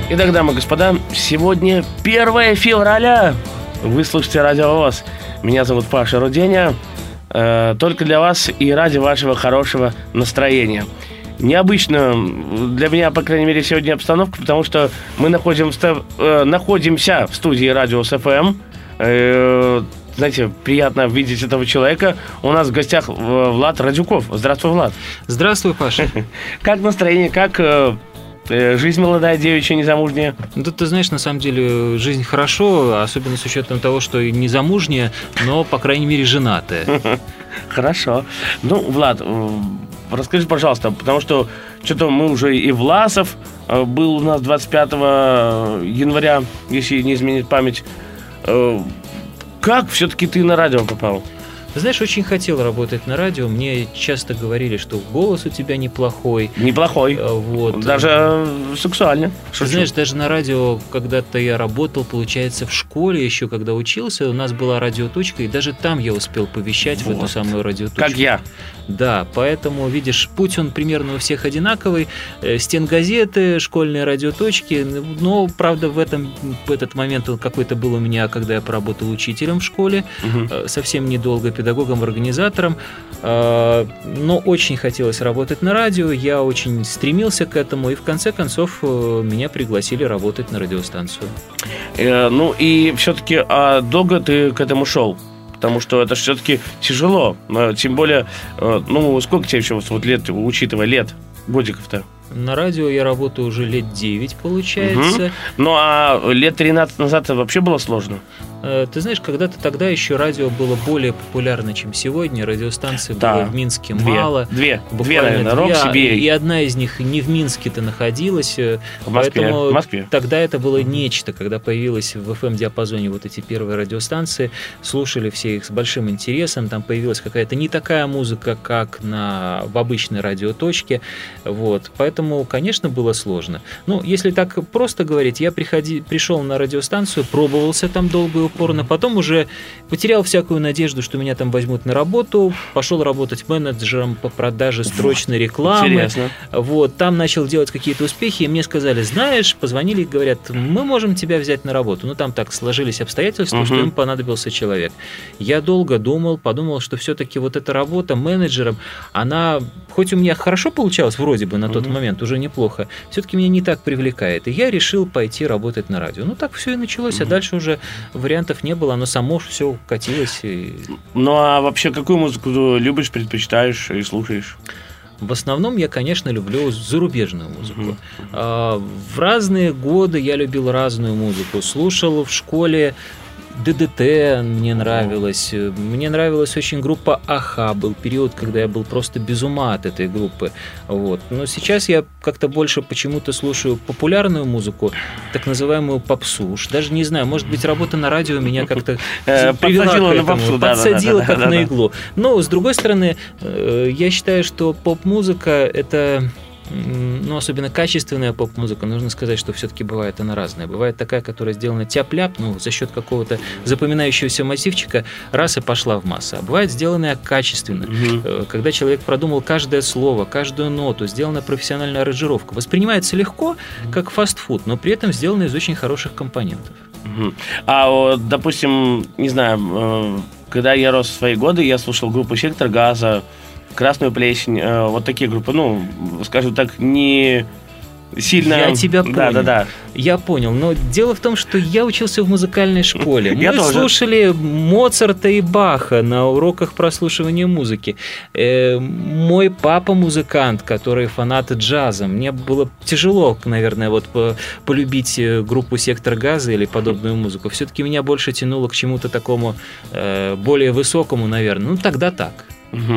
Итак, дамы и господа, сегодня 1 февраля. Вы слушаете Радио ВОС. Меня зовут Паша Руденя. Только для вас и ради вашего хорошего настроения. Необычно для меня, по крайней мере, сегодня обстановка, потому что мы находимся в студии Радио СФМ. Знаете, приятно видеть этого человека. У нас в гостях Влад Радюков. Здравствуй, Влад. Здравствуй, Паша. Как настроение, как жизнь молодая, девичья, незамужняя? Да, ты знаешь, на самом деле, жизнь хорошо, особенно с учетом того, что незамужняя, но, по крайней мере, женатая. Хорошо. Ну, Влад, расскажи, пожалуйста, потому что что-то мы уже и Власов был у нас 25 января, если не изменит память. Как все-таки ты на радио попал? Ты знаешь, очень хотел работать на радио. Мне часто говорили, что голос у тебя неплохой. Неплохой. Вот. Даже сексуально. Ты знаешь, даже на радио когда-то я работал, получается, в школе еще, когда учился, у нас была радиоточка, и даже там я успел повещать в эту самую радиоточку. Как я. Да, поэтому, видишь, путь он примерно у всех одинаковый. Стенгазеты, школьные радиоточки. Но, правда, в этот момент он какой-то был у меня, когда я поработал учителем в школе. Совсем недолго, педагогом-организатором. Но очень хотелось работать на радио. Я очень стремился к этому. И в конце концов меня пригласили работать на радиостанцию. Ну и все-таки, долго ты к этому шел? Потому что это все-таки тяжело. Тем более, сколько тебе еще лет, учитывая лет, годиков-то? На радио я работаю уже лет 9, получается. Ну, а лет 13 назад это вообще было сложно? Ты знаешь, когда-то тогда еще радио было более популярно, чем сегодня. Радиостанций было в Минске мало. Две, наверное, Рок-Сибирь. И одна из них не в Минске-то находилась. В Москве. Тогда это было нечто, когда появилась в FM-диапазоне вот эти первые радиостанции. Слушали все их с большим интересом. Там появилась какая-то не такая музыка, как в обычной радиоточке. Вот. Поэтому, конечно, было сложно. Ну, если так просто говорить, я пришел на радиостанцию, пробовался там долго и упорно, потом уже потерял всякую надежду, что меня там возьмут на работу, пошел работать менеджером по продаже строчной рекламы. Интересно. Вот, там начал делать какие-то успехи, и мне сказали, знаешь, позвонили и говорят, мы можем тебя взять на работу. Ну, там так сложились обстоятельства, что им понадобился человек. Я долго подумал, что все-таки вот эта работа менеджером, она, хоть у меня хорошо получалась вроде бы на тот момент, уже неплохо, все-таки меня не так привлекает. И я решил пойти работать на радио. Ну, так все и началось, а дальше уже вариантов не было, оно само все катилось. Ну, а вообще, какую музыку любишь, предпочитаешь и слушаешь? В основном я, конечно, люблю зарубежную музыку. В разные годы я любил разную музыку. Слушал в школе ДДТ, мне нравилось. Мне нравилась очень группа Аха. Был период, когда я был просто без ума от этой группы. Вот. Но сейчас я как-то больше почему-то слушаю популярную музыку, так называемую попсу. Уж даже не знаю, может быть, работа на радио меня как-то привела к этому. Подсадила как на иглу. Но, с другой стороны, я считаю, что поп-музыка — это... Ну, особенно качественная поп-музыка, нужно сказать, что все-таки бывает она разная. Бывает такая, которая сделана тяп-ляп, за счет какого-то запоминающегося массивчика, раз и пошла в массу. А бывает сделанная качественно, когда человек продумал каждое слово, каждую ноту, сделана профессиональная аранжировка. Воспринимается легко, как фастфуд, но при этом сделана из очень хороших компонентов. А вот, допустим, не знаю, когда я рос в свои годы, я слушал группу «Сектор газа», «Красную плесень», вот такие группы, скажем так, не сильно... Я тебя понял. Да. Я понял, но дело в том, что я учился в музыкальной школе. Мы тоже слушали Моцарта и Баха на уроках прослушивания музыки. Мой папа музыкант, который фанат джаза. Мне было тяжело, наверное, полюбить группу «Сектор газа» или подобную музыку. Все-таки меня больше тянуло к чему-то такому более высокому, наверное. Тогда так.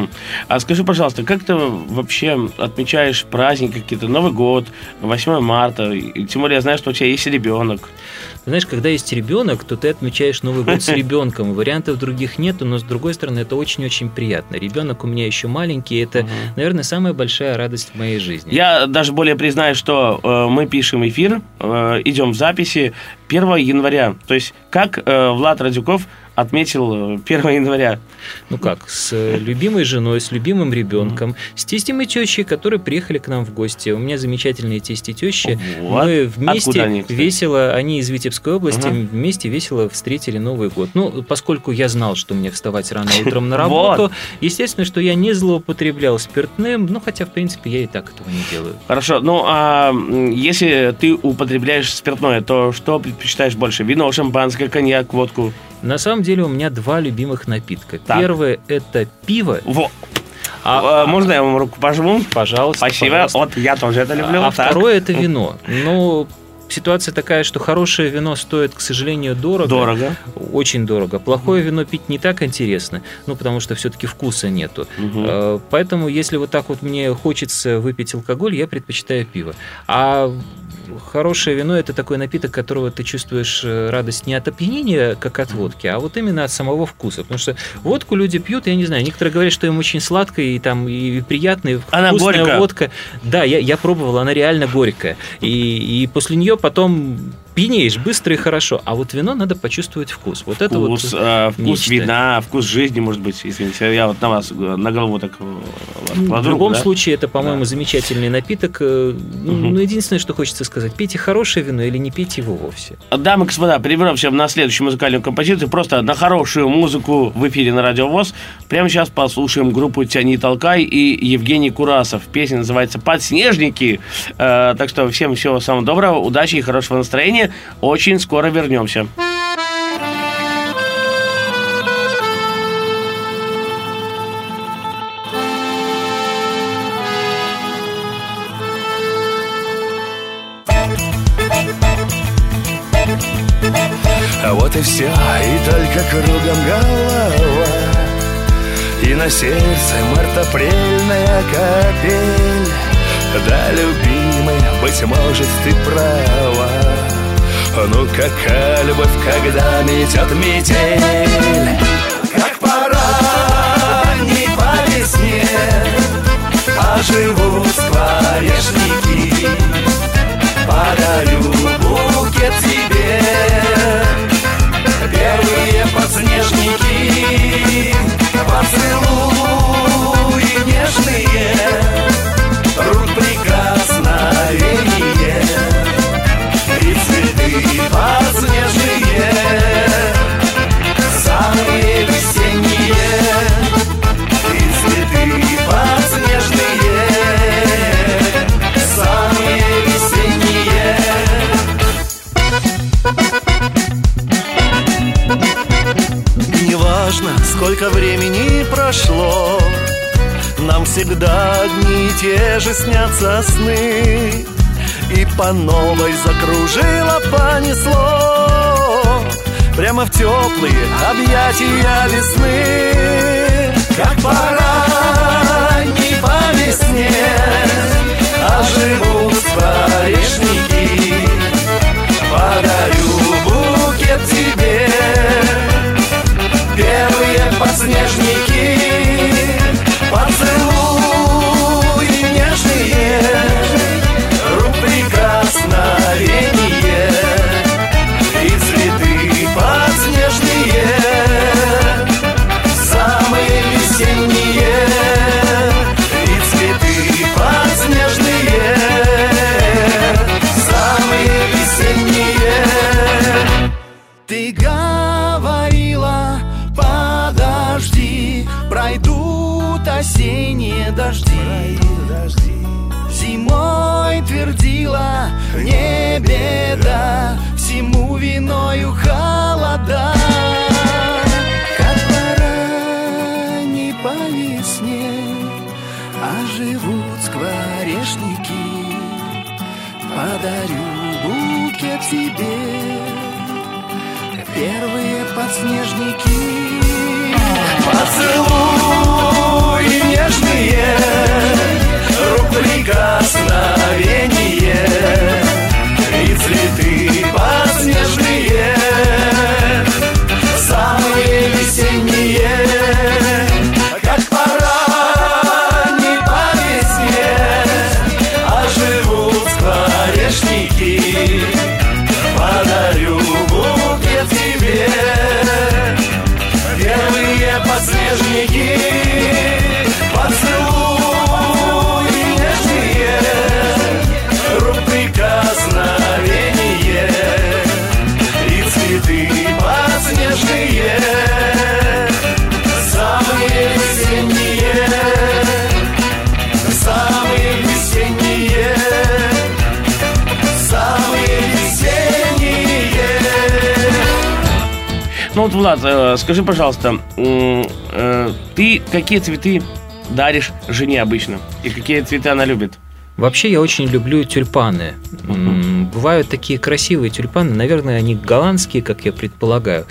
А скажи, пожалуйста, как ты вообще отмечаешь праздники какие-то, Новый год, 8 марта? И тем более я знаю, что у тебя есть ребенок. Ты знаешь, когда есть ребенок, то ты отмечаешь Новый год с ребенком. Вариантов других нету, но с другой стороны, это очень-очень приятно. Ребенок у меня еще маленький, это, наверное, самая большая радость в моей жизни. Я даже более признаю, что мы пишем эфир, идем в записи 1 января. То есть, как Влад Радюков отметил 1 января? Ну как, с любимой женой, с любимым ребенком, с тестем и тещей, которые приехали к нам в гости. У меня замечательные тести и тещи. Вот. Мы вместе они, весело, они из Витебской области, вместе весело встретили Новый год. Ну, поскольку я знал, что мне вставать рано утром на работу, естественно, что я не злоупотреблял спиртным, ну, хотя, в принципе, я и так этого не делаю. Хорошо, ну, а если ты употребляешь спиртное, то что предпочитаешь больше? Вино, шампанское, коньяк, водку? На самом деле у меня 2 любимых напитка. Так. Первое – это пиво. Можно я вам руку пожму? Пожалуйста. Спасибо. Пожалуйста. Вот я тоже это люблю. А второе – это вино. Ну, ситуация такая, что хорошее вино стоит, к сожалению, дорого. Дорого. Очень дорого. Плохое вино пить не так интересно, ну, потому что все-таки вкуса нету. Поэтому, если вот так вот мне хочется выпить алкоголь, я предпочитаю пиво. А хорошее вино – это такой напиток, которого ты чувствуешь радость не от опьянения, как от водки, а вот именно от самого вкуса. Потому что водку люди пьют, я не знаю, некоторые говорят, что им очень сладко и, там, и приятная, вкусная горькая. водка. Да, я пробовал, она реально горькая. И после нее потом пьянеешь быстро и хорошо. А вот вино надо почувствовать вкус. Вот это вот вкус вина, вкус жизни, может быть, извините. Я вот на вас, на голову так кладу. В любом случае, это, по-моему, замечательный напиток. Ну, единственное, что хочется сказать, пейте хорошее вино или не пейте его вовсе. Дамы и господа, прервемся на следующую музыкальную композицию. Просто на хорошую музыку в эфире на Радио ВОС. Прямо сейчас послушаем группу «Тяни, толкай» и Евгений Курасов. Песня называется «Подснежники». Так что всем всего самого доброго, удачи и хорошего настроения. Очень скоро вернемся. А вот и все, и только кругом голова, и на сердце март-апрельная капель. Да, любимый, быть может, ты права. Ну какая любовь, когда метет метель. Как пора не по весне, а живут скворечники. Подарю букет тебе, первые подснежники. Поцелуи нежные, рук прикосновение, и цветы подснежные, самые весенние, и цветы подснежные, самые весенние. Неважно, сколько времени прошло, нам всегда одни и те же снятся сны. И по новой закружило, понесло прямо в теплые объятия весны. Как пора не по весне, а живут скворечники. Подарю букет тебе, первые подснежники. Поцелуи нежные, рук прикосновение, и цветы подснежные, самые весенние, и цветы подснежные, самые весенние. Ты говорила, подожди, пройдут осенние дожди. Зимой твердила, не беда, всему виною холода. Как пора не по весне, а живут скворечники. Подарю букет тебе, первые подснежники. Поцелуи нежные, рук прикосновение, и цветы подснежные, самые весенние. Как пора не по весне, а живут скворечники. Подарю букет тебе, Ну вот, Влад, скажи, пожалуйста, ты какие цветы даришь жене обычно? И какие цветы она любит? Вообще я очень люблю тюльпаны. Бывают такие красивые тюльпаны, наверное, они голландские, как я предполагаю.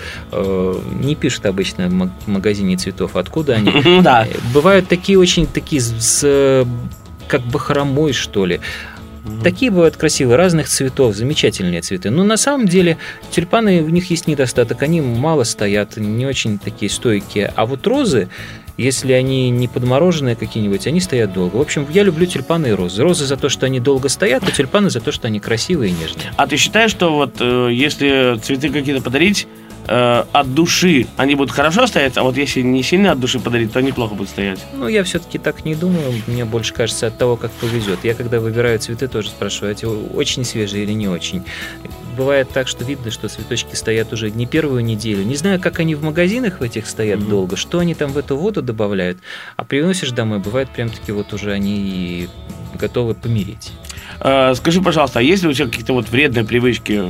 Не пишут обычно в магазине цветов, откуда они. Да. Бывают такие очень такие с как бахромой, что ли. Такие бывают красивые, разных цветов, замечательные цветы. Но на самом деле тюльпаны, в них есть недостаток, они мало стоят, не очень такие стойкие. А вот розы, если они не подмороженные какие-нибудь, они стоят долго. В общем, я люблю тюльпаны и розы. Розы за то, что они долго стоят, а тюльпаны за то, что они красивые и нежные. А ты считаешь, что вот если цветы какие-то подарить, от души они будут хорошо стоять, а вот если не сильно от души подарить, то неплохо будут стоять? Ну, я все-таки так не думаю. Мне больше кажется от того, как повезет. Я, когда выбираю цветы, тоже спрашиваю, эти очень свежие или не очень. Бывает так, что видно, что цветочки стоят уже не первую неделю. Не знаю, как они в магазинах в этих стоят долго, что они там в эту воду добавляют. А приносишь домой, бывает прям-таки вот уже они готовы помереть. Скажи, пожалуйста, а есть ли у тебя какие-то вот вредные привычки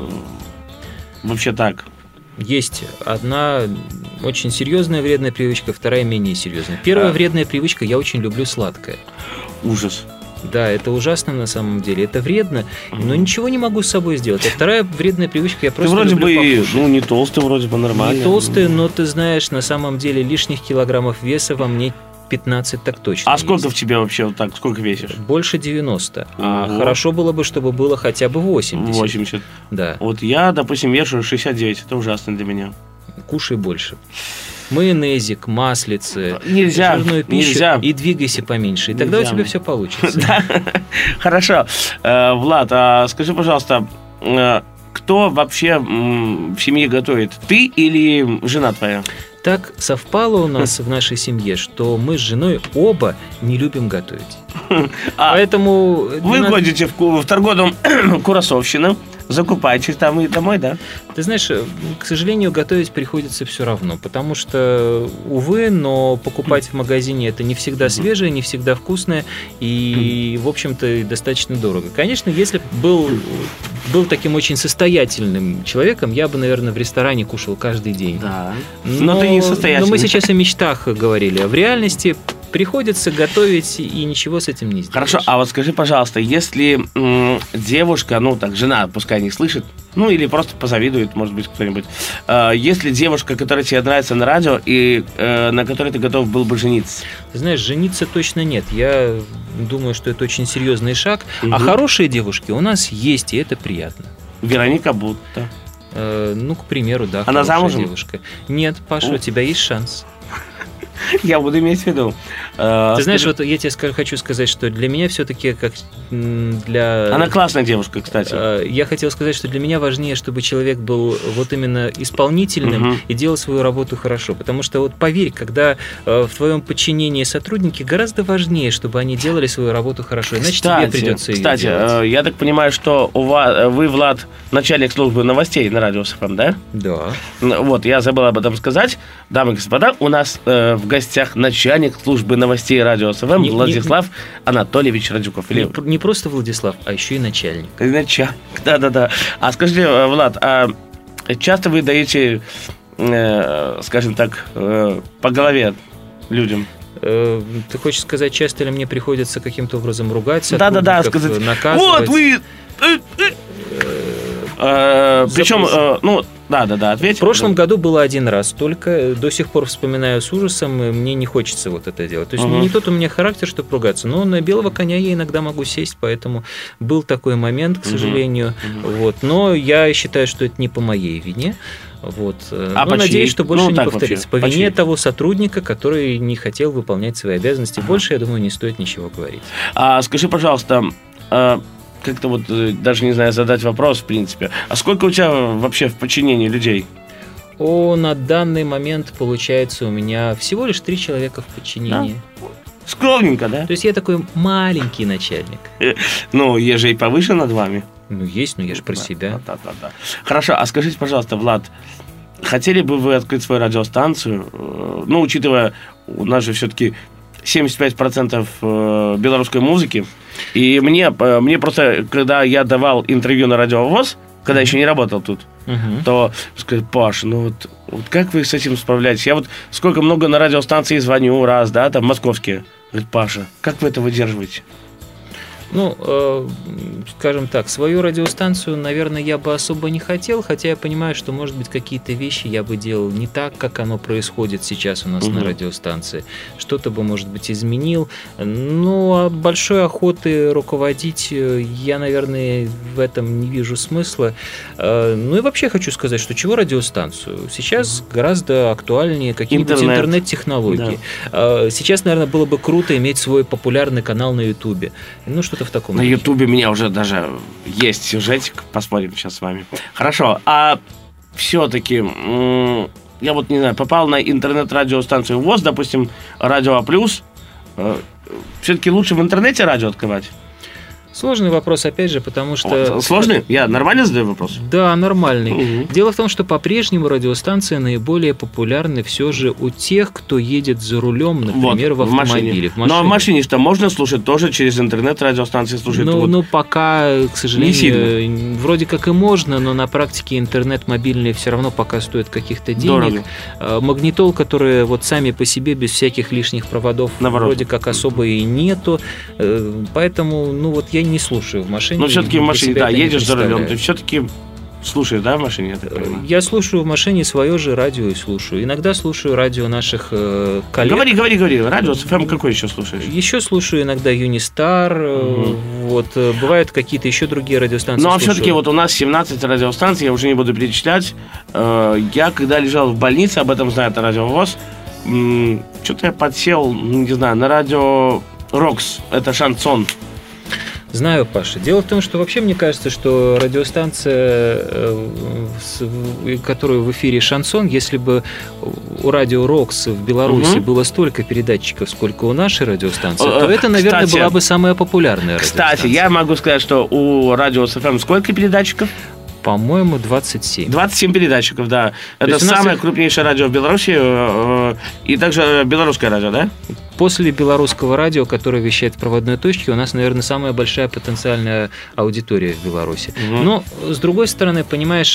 вообще так? Есть одна очень серьезная вредная привычка, вторая менее серьезная. Первая вредная привычка, я очень люблю сладкое. Ужас. Да, это ужасно на самом деле, это вредно, но ничего не могу с собой сделать. А вторая вредная привычка, я просто люблю покушать. Ты вроде бы не толстый, вроде бы нормально. Не толстый, но ты знаешь, на самом деле лишних килограммов веса во мне 15 так точно. А есть. сколько в тебе вообще вот так, сколько весишь? Больше 90. А хорошо было бы, чтобы было хотя бы 80. 80. Да. Вот я, допустим, вешу 69, это ужасно для меня. Кушай больше. Майонезик, маслицы, жирную пищу нельзя. И двигайся поменьше. И тогда у тебя все получится. Хорошо. Влад, а скажи, пожалуйста, кто вообще в семье готовит? Ты или жена твоя? Так совпало у нас в нашей семье, что мы с женой оба не любим готовить. Поэтому вы ходите в торговом Курасовщину, закупаетесь там и домой, да? Ты знаешь, к сожалению, готовить приходится все равно, потому что, увы, но покупать в магазине это не всегда свежее, не всегда вкусное и, в общем-то, достаточно дорого. Конечно, если бы был таким очень состоятельным человеком, я бы, наверное, в ресторане кушал каждый день. Да. Но ты не состоятельный. Но мы сейчас о мечтах говорили, а в реальности приходится готовить и ничего с этим не сделаешь. Хорошо, а вот скажи, пожалуйста, если девушка, жена, пускай не слышит, или просто позавидует, может быть, кто-нибудь, если девушка, которая тебе нравится на радио и на которой ты готов был бы жениться? Ты знаешь, жениться точно нет. Я думаю, что это очень серьезный шаг. А хорошие девушки у нас есть, и это приятно. Вероника будто. К примеру, да. Она замужем? Девушка. Нет, Паша, у тебя есть шанс. Я буду иметь в виду. Ты знаешь, вот я тебе хочу сказать, что для меня все-таки как для... Она классная девушка, кстати. Я хотел сказать, что для меня важнее, чтобы человек был вот именно исполнительным и делал свою работу хорошо. Потому что вот поверь, когда в твоем подчинении сотрудники, гораздо важнее, чтобы они делали свою работу хорошо. Иначе тебе придется ее делать. Кстати, я так понимаю, что вы, Влад, начальник службы новостей на радио СФМ, да? Да. Вот, я забыл об этом сказать. Дамы и господа, у нас в гостях начальник службы новостей радио СФМ Владислав Анатольевич Радюков. Не просто Владислав, а еще и начальник. Начальник, да. А скажи, Влад, а часто вы даете, скажем так, по голове людям? Ты хочешь сказать, часто ли мне приходится каким-то образом ругать сотрудников, да, сказать, наказывать? Вот вы... Причем, да, ответь. В прошлом году было один раз только, до сих пор вспоминаю с ужасом, и мне не хочется вот это делать. То есть не тот у меня характер, чтобы ругаться, но на белого коня я иногда могу сесть, поэтому был такой момент, к сожалению. Вот. Но я считаю, что это не по моей вине. Вот. Но надеюсь, что больше не повторится. По вине того сотрудника, который не хотел выполнять свои обязанности. Больше, я думаю, не стоит ничего говорить. Скажи, пожалуйста, как-то вот даже не знаю задать вопрос, в принципе. А сколько у тебя вообще в подчинении людей? На данный момент, получается, у меня всего лишь 3 человека в подчинении. Да? Скромненько, да? То есть я такой маленький начальник. Есть же и повыше над вами. Есть, но я же про себя. Да. Хорошо, а скажите, пожалуйста, Влад, хотели бы вы открыть свою радиостанцию? Учитывая, у нас же все-таки 75% белорусской музыки. И мне просто, когда я давал интервью на Радио ВОС, когда еще не работал тут, то сказать: Паш, ну вот как вы с этим справляетесь? Я вот сколько много на радиостанции звоню раз, да, там московские. Говорит: Паша, как вы это выдерживаете? Ну, скажем так, свою радиостанцию, наверное, я бы особо не хотел, хотя я понимаю, что, может быть, какие-то вещи я бы делал не так, как оно происходит сейчас у нас на радиостанции. Что-то бы, может быть, изменил. Но большой охоты руководить я, наверное, в этом не вижу смысла. Ну и вообще хочу сказать, что чего радиостанцию? Сейчас гораздо актуальнее какие-нибудь интернет-технологии. Да. Сейчас, наверное, было бы круто иметь свой популярный канал на Ютубе. Ну, что в таком. На Ютубе у меня уже даже есть сюжетик, посмотрим сейчас с вами. Хорошо, а все-таки я вот не знаю, попал на интернет-радиостанцию ВОС, допустим, Радио А+, все-таки лучше в интернете радио открывать? Сложный вопрос, опять же, потому что... Сложный? Я нормально задаю вопрос? Да, нормальный. Дело в том, что по-прежнему радиостанции наиболее популярны все же у тех, кто едет за рулем, например, в автомобиле. Ну, а в машине что, можно слушать тоже через интернет радиостанции слушать? Ну, пока, к сожалению, вроде как и можно, но на практике интернет мобильный все равно пока стоит каких-то денег. Дорого. Магнитол, которые вот сами по себе, без всяких лишних проводов, вроде как особо и нету. Поэтому, ну вот я не слушаю в машине. Но все-таки в машине, да, едешь за рулем, ты все-таки слушаешь, да, в машине? Я слушаю в машине свое же радио и слушаю. Иногда слушаю радио наших коллег. Говори. Радио СФМ какой еще слушаешь? Еще слушаю иногда Юнистар. Вот, бывают какие-то еще другие радиостанции. Ну, а все-таки вот у нас 17 радиостанций, я уже не буду перечислять. Я, когда лежал в больнице, об этом знает Радио ВОС, что-то я подсел, не знаю, на радио Рокс, это шансон. Знаю, Паша. Дело в том, что вообще мне кажется, что радиостанция, которая в эфире шансон, если бы у Радио Рокс в Беларуси было столько передатчиков, сколько у нашей радиостанции, то это, наверное, была бы самая популярная радиостанция. Кстати, я могу сказать, что у Радио СФМ сколько передатчиков? По-моему, 27. 27 передатчиков, да. Это самое крупнейшее радио в Беларуси и также белорусское радио, да? После белорусского радио, которое вещает в проводной точке, у нас, наверное, самая большая потенциальная аудитория в Беларуси. Но, с другой стороны, понимаешь,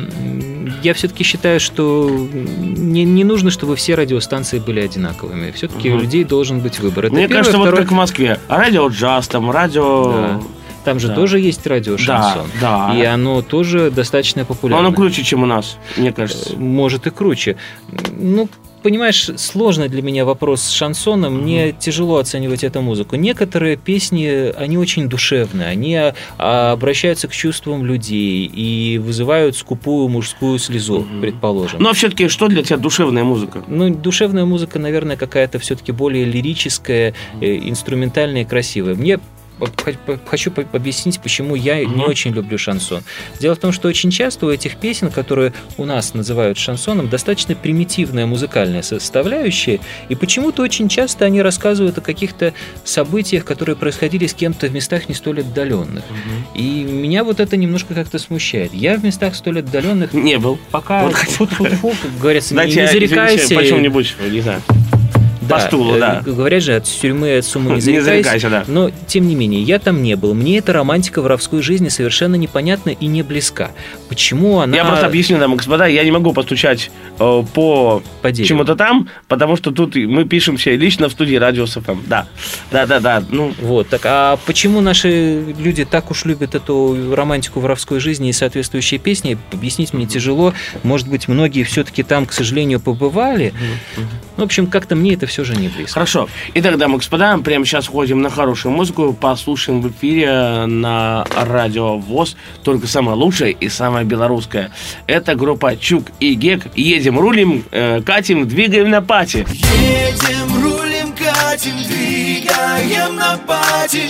я все-таки считаю, что не нужно, чтобы все радиостанции были одинаковыми. Все-таки у людей должен быть выбор. Это мне кажется, вот как в Москве. Радио джаз, там радио... Да. Там же тоже есть радио шансон. Да. И оно тоже достаточно популярно. Но оно круче, чем у нас, мне кажется. Может и круче. Ну, понимаешь, сложный для меня вопрос с шансоном. Мне тяжело оценивать эту музыку. Некоторые песни, они очень душевные. Они обращаются к чувствам людей и вызывают скупую мужскую слезу, предположим. Но все-таки что для тебя душевная музыка? Ну, душевная музыка, наверное, какая-то все-таки более лирическая, инструментальная и красивая. Мне хочу объяснить, почему я не очень люблю шансон. Дело в том, что очень часто у этих песен, которые у нас называют шансоном, достаточно примитивная музыкальная составляющая, и почему-то очень часто они рассказывают о каких-то событиях, которые происходили с кем-то в местах не столь отдаленных. И меня вот это немножко как-то смущает. Я в местах столь отдаленных не был. Пока, как говорится, не зарекайся. Почему-нибудь, не знаю. По стулу, да. Говорят же, от тюрьмы от суммы не зарекайся. Да. Но, тем не менее, я там не был. Мне эта романтика воровской жизни совершенно непонятна и не близка. Почему она... Я просто объясню, дамы и господа, я не могу постучать по чему-то там, потому что тут мы пишемся лично в студии Радио СФМ. Да. Ну. Вот, так, а почему наши люди так уж любят эту романтику воровской жизни и соответствующие песни, объяснить мне тяжело. Может быть, многие все-таки там, к сожалению, побывали. В общем, как-то мне это все же не близко. Хорошо. Итак, дамы и господа, прямо сейчас уходим на хорошую музыку, послушаем в эфире на Радио ВОС только самое лучшее и самое белорусское. Это группа Чук и Гек. Едем, рулим, катим, двигаем на пати. Едем, рулим, катим, двигаем на пати.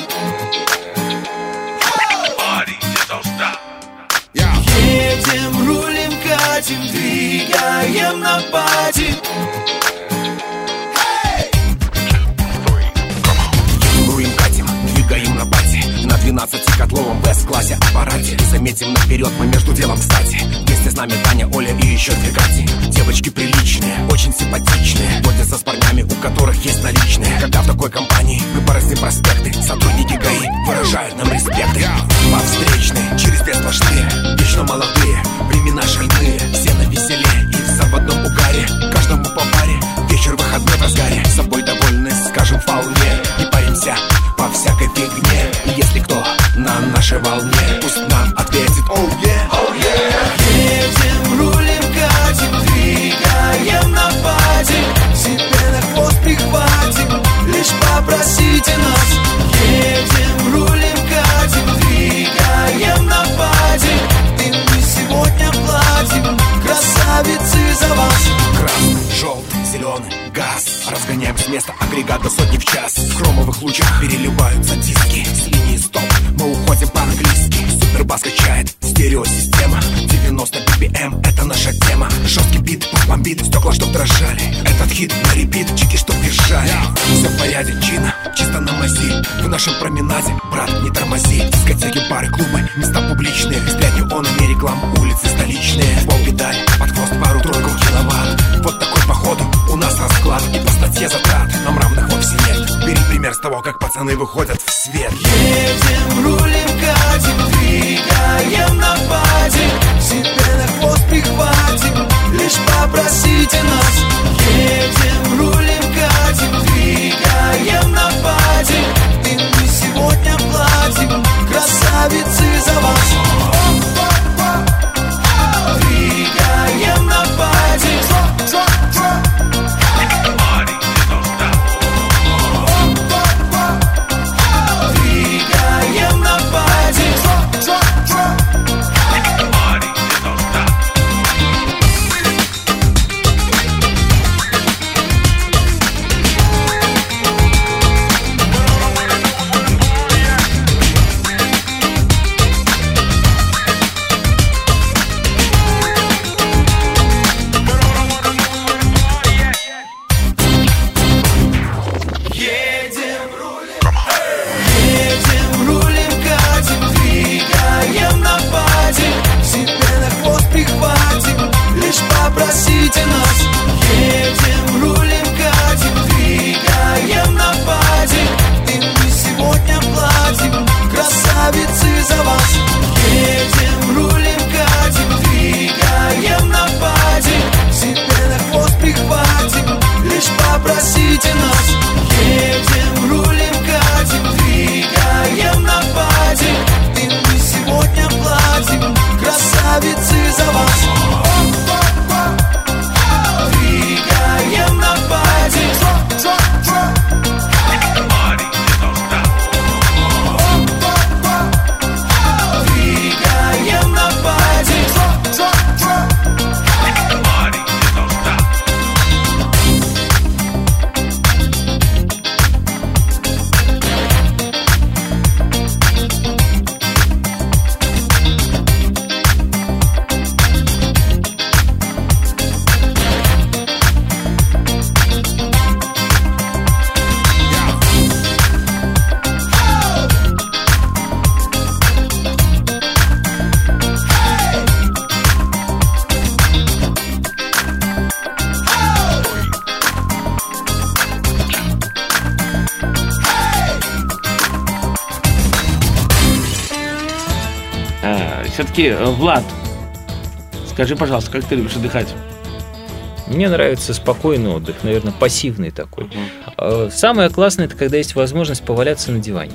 Едем, рулим, катим, двигаем на пати. На базе, на 12-котловом Б-классе аппарате. Заметим наперед, мы между делом, кстати. Вместе с нами Таня, Оля и еще две Кати. Девочки приличные, очень симпатичные, водятся с парнями, у которых есть наличные. Когда в такой компании мы порозним проспекты, сотрудники ГАИ выражают нам респекты. По встречной, через две сплошные, вечно до сотни в час. В хромовых лучах переливаются диски. С линии стоп мы уходим по-английски. Супербас качает стереосистема. 90 BPM, это наша тема. Жесткий бит, бомбит, стекла чтоб дрожали. Этот хит на репит, чики чтоб визжали. Все в порядке, чина, чисто на мази. В нашем променаде, брат, не тормози. Дискотеки, бары, клубы, места публичные. Взгляд неонами, реклам, улицы столичные. Пол педаль, под хвост пару-тройку киловатт. Вот такой походу у нас расклад. И по статье затрат нам равных вовсе нет. Бери пример с того, как пацаны выходят в свет. Едем, рулим, катим, двигаем на пати. Себе на хвост прихватим, лишь попросите нас. Едем, рулим, катим, двигаем на пати. И мы сегодня платим, красавицы, за вас. Двигаем на пати. Двигаем на пати. Попросите нас. Едем, рулим, катим, двигаем на пати. И мы сегодня платим, красавицы, за вас. Едем, рулим, катим, двигаем на пати. Себе на хвост прихватим, лишь попросите нас. Едем, рулим, катим, двигаем на пати. И мы сегодня платим, красавицы, за вас. Двигаем на пати. Двигаем на пати. Все-таки, Влад, скажи, пожалуйста, как ты любишь отдыхать? Мне нравится спокойный отдых, наверное, пассивный такой. Самое классное, это когда есть возможность поваляться на диване.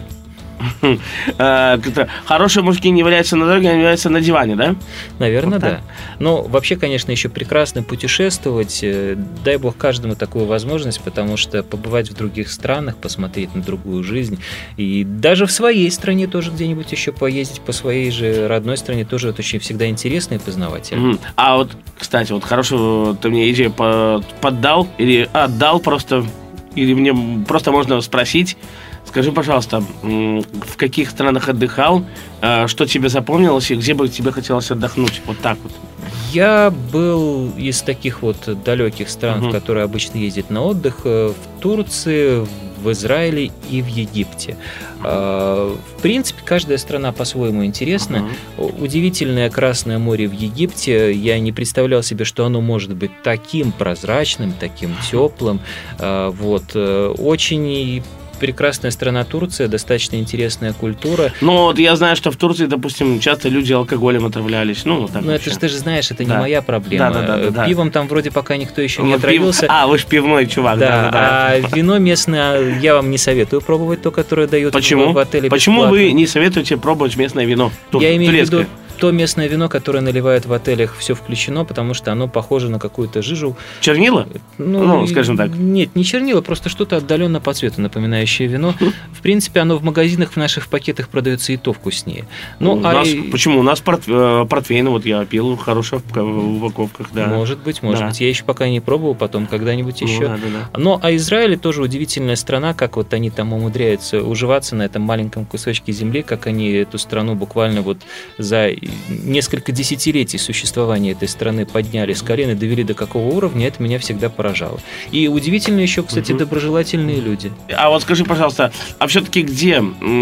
Хорошие мужики не валяются на дороге, они валяются на диване, да? Наверное, вот да. Но вообще, конечно, еще прекрасно путешествовать. Дай бог каждому такую возможность, потому что побывать в других странах, посмотреть на другую жизнь. И даже в своей стране тоже где-нибудь еще поездить, по своей же родной стране тоже это очень всегда интересно и познавательно. А вот, кстати, вот хорошую ты мне идею поддал или отдал просто, или мне просто можно спросить. Скажи, пожалуйста, в каких странах отдыхал, что тебе запомнилось и где бы тебе хотелось отдохнуть? Вот так вот. Я был из таких вот далеких стран, в которые обычно ездят на отдых, в Турции, в Израиле и в Египте. В принципе, каждая страна по-своему интересна. Удивительное Красное море в Египте. Я не представлял себе, что оно может быть таким прозрачным, таким теплым. Вот. Очень прекрасная страна Турция, достаточно интересная культура. Ну, вот я знаю, что в Турции, допустим, часто люди алкоголем отравлялись. Ну, так это же ты же знаешь, это не моя проблема. Да. Пивом там вроде пока никто еще не отравился. Вы же пивной чувак. Да. А вино местное я вам не советую пробовать, то, которое дают в отеле. Почему вы не советуете пробовать местное вино? Я имею в виду то местное вино, которое наливают в отелях, все включено, потому что оно похоже на какую-то жижу. Чернила? Ну, скажем так. Нет, не чернила, просто что-то отдаленно по цвету напоминающее вино. В принципе, оно в магазинах в наших пакетах продается и то вкуснее. Ну, почему? У нас портвейн, вот я пил, хороший в упаковках, да. Может быть. Я еще пока не пробовал, потом когда-нибудь еще. Да. Но, Израиль тоже удивительная страна, как вот они там умудряются уживаться на этом маленьком кусочке земли, как они эту страну буквально вот за несколько десятилетий существования этой страны подняли с колен и довели до какого уровня, это меня всегда поражало. И удивительно еще, кстати, доброжелательные люди. А вот скажи, пожалуйста, а все-таки где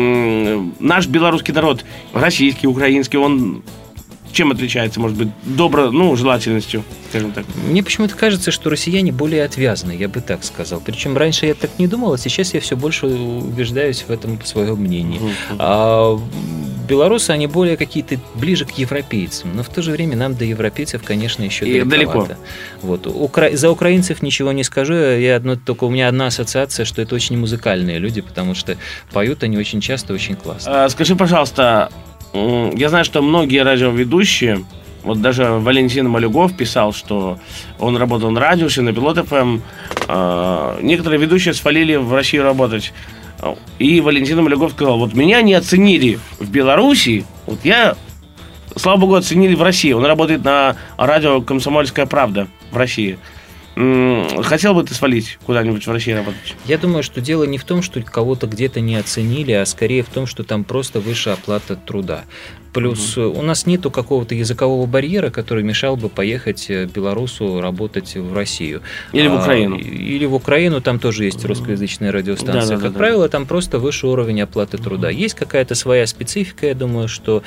наш белорусский народ, российский, украинский, он чем отличается, может быть, желательностью, скажем так? Мне почему-то кажется, что россияне более отвязаны, я бы так сказал. Причем раньше я так не думал, а сейчас я все больше убеждаюсь в этом по своему мнению. А белорусы, они более какие-то ближе к европейцам, но в то же время нам до европейцев, конечно, еще далековато. Вот. За украинцев ничего не скажу, только у меня одна ассоциация, что это очень музыкальные люди, потому что поют они очень часто, очень классно. Скажи, пожалуйста, я знаю, что многие радиоведущие, вот даже Валентин Малюгов писал, что он работал на радио, на Пилот ФМ. Некоторые ведущие свалили в Россию работать. И Валентин Малюгов сказал, вот меня не оценили в Беларуси, вот я, слава богу, оценили в России. Он работает на радио «Комсомольская правда» в России. Хотел бы ты свалить куда-нибудь в России работать? Я думаю, что дело не в том, что кого-то где-то не оценили, а скорее в том, что там просто высшая оплата труда. Плюс у нас нету какого-то языкового барьера, который мешал бы поехать белорусу работать в Россию. Или в Украину. Или в Украину, там тоже есть русскоязычная радиостанция. Как правило, там просто выше уровень оплаты труда. Есть какая-то своя специфика, я думаю,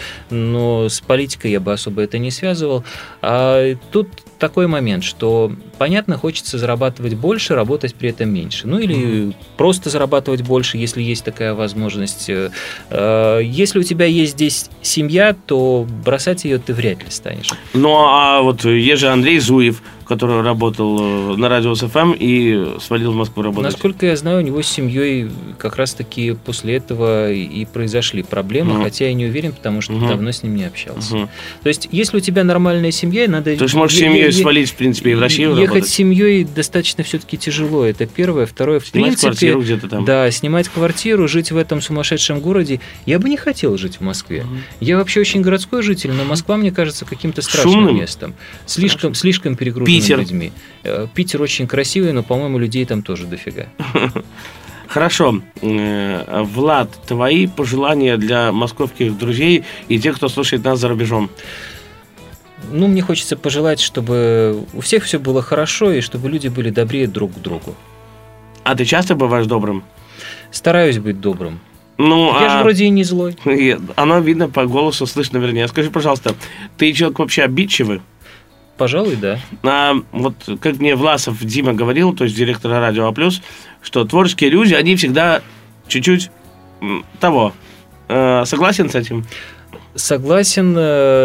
но с политикой я бы особо это не связывал. А тут такой момент, что, понятно, хочется зарабатывать больше, работать при этом меньше. Ну или просто зарабатывать больше, если есть такая возможность. Если у тебя есть здесь семья, то бросать ее ты вряд ли станешь. Ну, а вот есть же Андрей Зуев, который работал на радио СФМ и свалил в Москву работать. Насколько я знаю, у него с семьей как раз-таки после этого и произошли проблемы, хотя я не уверен, потому что давно с ним не общался. То есть, если у тебя нормальная семья, надо... То есть, можешь семьей свалить, в принципе, и в Россию ехать работать? С семьей достаточно все-таки тяжело. Это первое. Второе, в принципе... Снимать квартиру где-то там. Да, снимать квартиру, жить в этом сумасшедшем городе. Я бы не хотел жить в Москве. Я вообще очень городской житель, но Москва мне кажется каким-то страшным местом. Слишком перегруженным людьми. Питер очень красивый, но, по-моему, людей там тоже дофига. Хорошо. Влад, твои пожелания для московских друзей и тех, кто слушает нас за рубежом? Мне хочется пожелать, чтобы у всех все было хорошо и чтобы люди были добрее друг к другу. А ты часто бываешь добрым? Стараюсь быть добрым. Я же вроде и не злой. Оно видно по голосу, слышно, вернее. Скажи, пожалуйста, ты человек вообще обидчивый? Пожалуй, да. Вот как мне Власов Дима говорил, то есть директор радио А+, что творческие люди, они всегда чуть-чуть того. Согласен с этим? Согласен.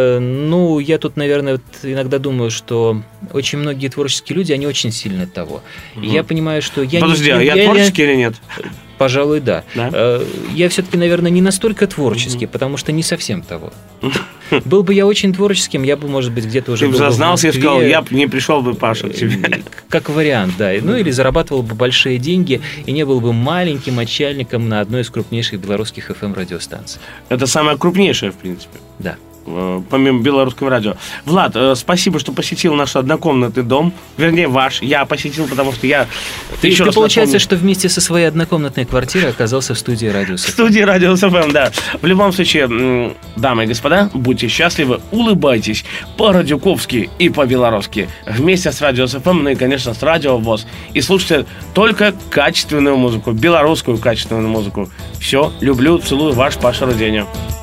Я тут, наверное, иногда думаю, что очень многие творческие люди, они очень сильно того. И я понимаю, что я Подожди, я творческий или нет? Пожалуй, да. Я все-таки, наверное, не настолько творческий, потому что не совсем того. Был бы я очень творческим, я бы, может быть, где-то уже... Ты бы зазнался и сказал, я бы не пришел бы, Паша, к тебе. Как вариант, да. Или зарабатывал бы большие деньги и не был бы маленьким отчальником на одной из крупнейших белорусских FM-радиостанций. Это самая крупнейшая, в принципе. Да. Помимо белорусского радио. Влад, спасибо, что посетил наш однокомнатный дом. Вернее, ваш. Я посетил, потому что я... Ты получается, что вместе со своей однокомнатной квартирой оказался в студии Радио СФМ. В студии Радио СФМ, да. В любом случае, дамы и господа, будьте счастливы, улыбайтесь по-радюковски и по-белорусски. Вместе с Радио СФМ, и, конечно, с Радио ВОС. И слушайте только качественную музыку, белорусскую качественную музыку. Все, люблю, целую, ваш Паша Руденя.